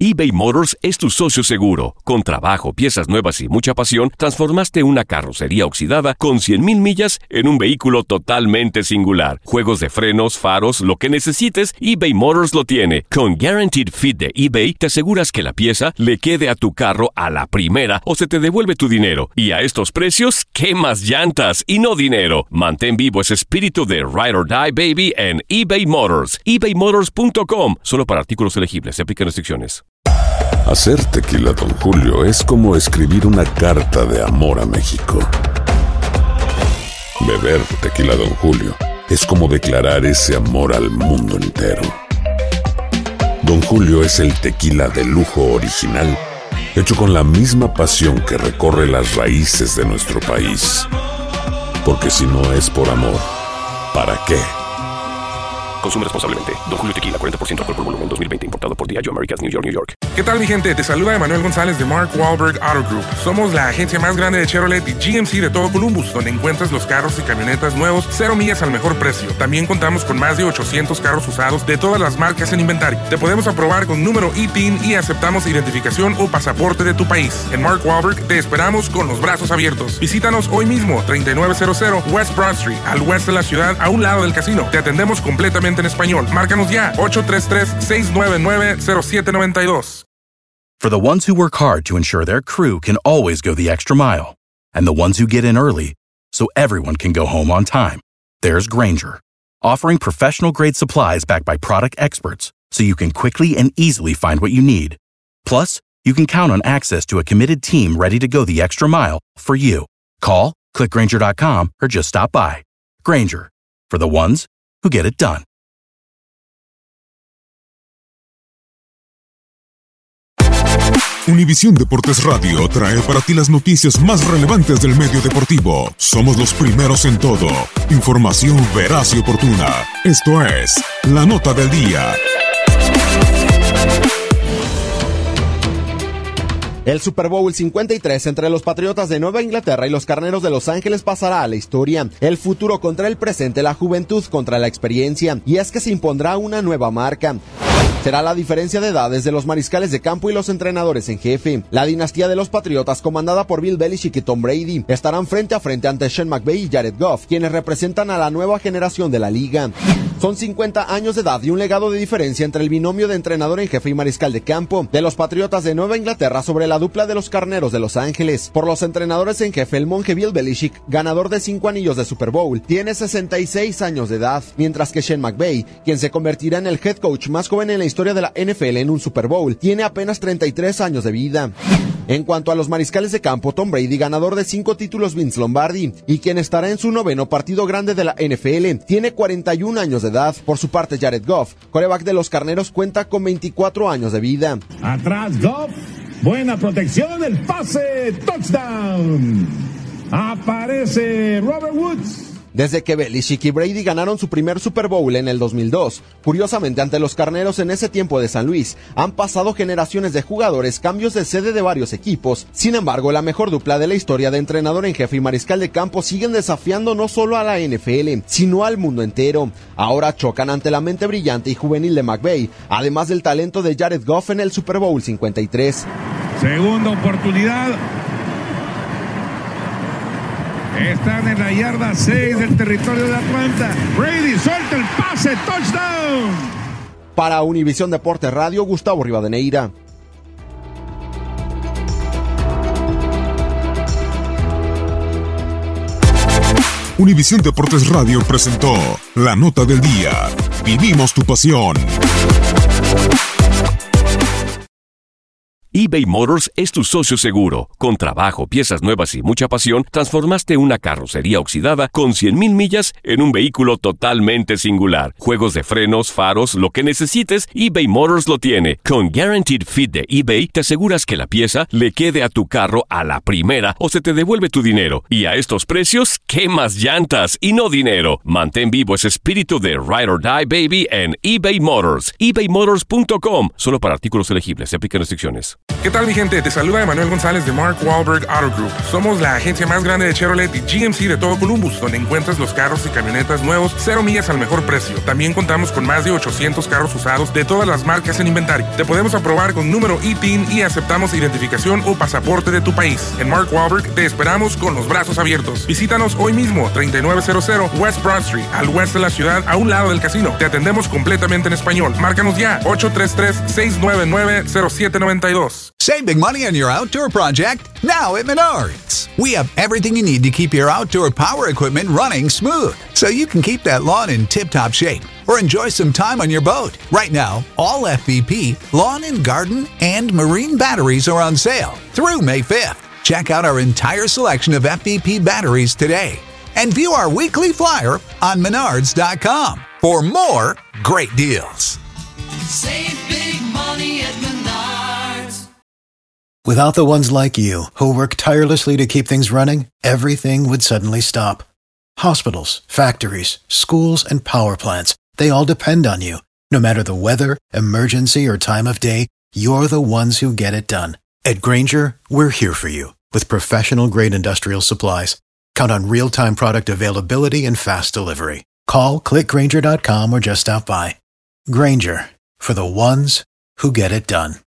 eBay Motors es tu socio seguro. Con trabajo, piezas nuevas y mucha pasión, transformaste una carrocería oxidada con 100,000 millas en un vehículo totalmente singular. Juegos de frenos, faros, lo que necesites, eBay Motors lo tiene. Con Guaranteed Fit de eBay, te aseguras que la pieza le quede a tu carro a la primera o se te devuelve tu dinero. Y a estos precios, ¿qué más llantas y no dinero? Mantén vivo ese espíritu de Ride or Die, baby, en eBay Motors. ebaymotors.com. Solo para artículos elegibles. Se aplican restricciones. Hacer tequila Don Julio es como escribir una carta de amor a México. Beber tequila Don Julio es como declarar ese amor al mundo entero. Don Julio es el tequila de lujo original, hecho con la misma pasión que recorre las raíces de nuestro país. Porque si no es por amor, ¿para qué? Consume responsablemente. Don Julio Tequila, 40% alcohol por volumen, 2020. Importado por Diageo Americas, New York, New York. ¿Qué tal, mi gente? Te saluda Emanuel González de Mark Wahlberg Auto Group. Somos la agencia más grande de Chevrolet y GMC de todo Columbus, donde encuentras los carros y camionetas nuevos, 0 millas al mejor precio. También contamos con más de 800 carros usados de todas las marcas en inventario. Te podemos aprobar con número ITIN y aceptamos identificación o pasaporte de tu país. En Mark Wahlberg te esperamos con los brazos abiertos. Visítanos hoy mismo, 3900 West Broad Street, al oeste de la ciudad, a un lado del casino. Te atendemos completamente en español. Márcanos ya, 833-699-0792. For the ones who work hard to ensure their crew can always go the extra mile, and the ones who get in early so everyone can go home on time, there's Grainger, offering professional-grade supplies backed by product experts so you can quickly and easily find what you need. Plus, you can count on access to a committed team ready to go the extra mile for you. Call, click Grainger.com, or just stop by. Grainger, for the ones who get it done. Univisión Deportes Radio trae para ti las noticias más relevantes del medio deportivo. Somos los primeros en todo. Información veraz y oportuna. Esto es La Nota del Día. El Super Bowl 53 entre los Patriotas de Nueva Inglaterra y los Carneros de Los Ángeles pasará a la historia. El futuro contra el presente, la juventud contra la experiencia. Y es que se impondrá una nueva marca. Será la diferencia de edades de los mariscales de campo y los entrenadores en jefe. La dinastía de los Patriotas, comandada por Bill Belichick y Tom Brady, estarán frente a frente ante Sean McVay y Jared Goff, quienes representan a la nueva generación de la liga. Son 50 años de edad y un legado de diferencia entre el binomio de entrenador en jefe y mariscal de campo de los Patriotas de Nueva Inglaterra sobre la dupla de los Carneros de Los Ángeles. Por los entrenadores en jefe, el monje Bill Belichick, ganador de 5 anillos de Super Bowl, tiene 66 años de edad, mientras que Sean McVay, quien se convertirá en el head coach más joven en la historia de la NFL en un Super Bowl, tiene apenas 33 años de vida. En cuanto a los mariscales de campo, Tom Brady, ganador de 5 títulos Vince Lombardi, y quien estará en su 9º partido grande de la NFL, tiene 41 años de edad. Por su parte, Jared Goff, quarterback de los Carneros, cuenta con 24 años de vida. Atrás Goff, buena protección, el pase, touchdown. Aparece Robert Woods. Desde que Belichick y Brady ganaron su primer Super Bowl en el 2002, curiosamente ante los Carneros en ese tiempo de San Luis, han pasado generaciones de jugadores, cambios de sede de varios equipos. Sin embargo, la mejor dupla de la historia de entrenador en jefe y mariscal de campo siguen desafiando no solo a la NFL, sino al mundo entero. Ahora chocan ante la mente brillante y juvenil de McVay, además del talento de Jared Goff en el Super Bowl 53. Segunda oportunidad. Están en la yarda 6 del territorio de Atlanta. Brady suelta el pase, touchdown. Para Univisión Deportes Radio, Gustavo Rivadeneira. Univisión Deportes Radio presentó La Nota del Día. Vivimos tu pasión. eBay Motors es tu socio seguro. Con trabajo, piezas nuevas y mucha pasión, transformaste una carrocería oxidada con 100,000 millas en un vehículo totalmente singular. Juegos de frenos, faros, lo que necesites, eBay Motors lo tiene. Con Guaranteed Fit de eBay, te aseguras que la pieza le quede a tu carro a la primera o se te devuelve tu dinero. Y a estos precios, ¿qué más llantas y no dinero? Mantén vivo ese espíritu de Ride or Die, baby, en eBay Motors. ebaymotors.com. Solo para artículos elegibles. Se aplican restricciones. ¿Qué tal, mi gente? Te saluda Emanuel González de Mark Wahlberg Auto Group. Somos la agencia más grande de Chevrolet y GMC de todo Columbus, donde encuentras los carros y camionetas nuevos, 0 millas al mejor precio. También contamos con más de 800 carros usados de todas las marcas en inventario. Te podemos aprobar con número ITIN y aceptamos identificación o pasaporte de tu país. En Mark Wahlberg te esperamos con los brazos abiertos. Visítanos hoy mismo, 3900 West Broad Street, al oeste de la ciudad, a un lado del casino. Te atendemos completamente en español. Márcanos ya, 833-699-0792. Save big money on your outdoor project now at Menards. We have everything you need to keep your outdoor power equipment running smooth, so you can keep that lawn in tip-top shape or enjoy some time on your boat. Right now, all FVP, lawn and garden, and marine batteries are on sale through May 5th. Check out our entire selection of FVP batteries today and view our weekly flyer on Menards.com for more great deals. Save big money at Menards. Without the ones like you, who work tirelessly to keep things running, everything would suddenly stop. Hospitals, factories, schools, and power plants, they all depend on you. No matter the weather, emergency, or time of day, you're the ones who get it done. At Grainger, we're here for you with professional-grade industrial supplies. Count on real-time product availability and fast delivery. Call, click Grainger.com, or just stop by. Grainger, for the ones who get it done.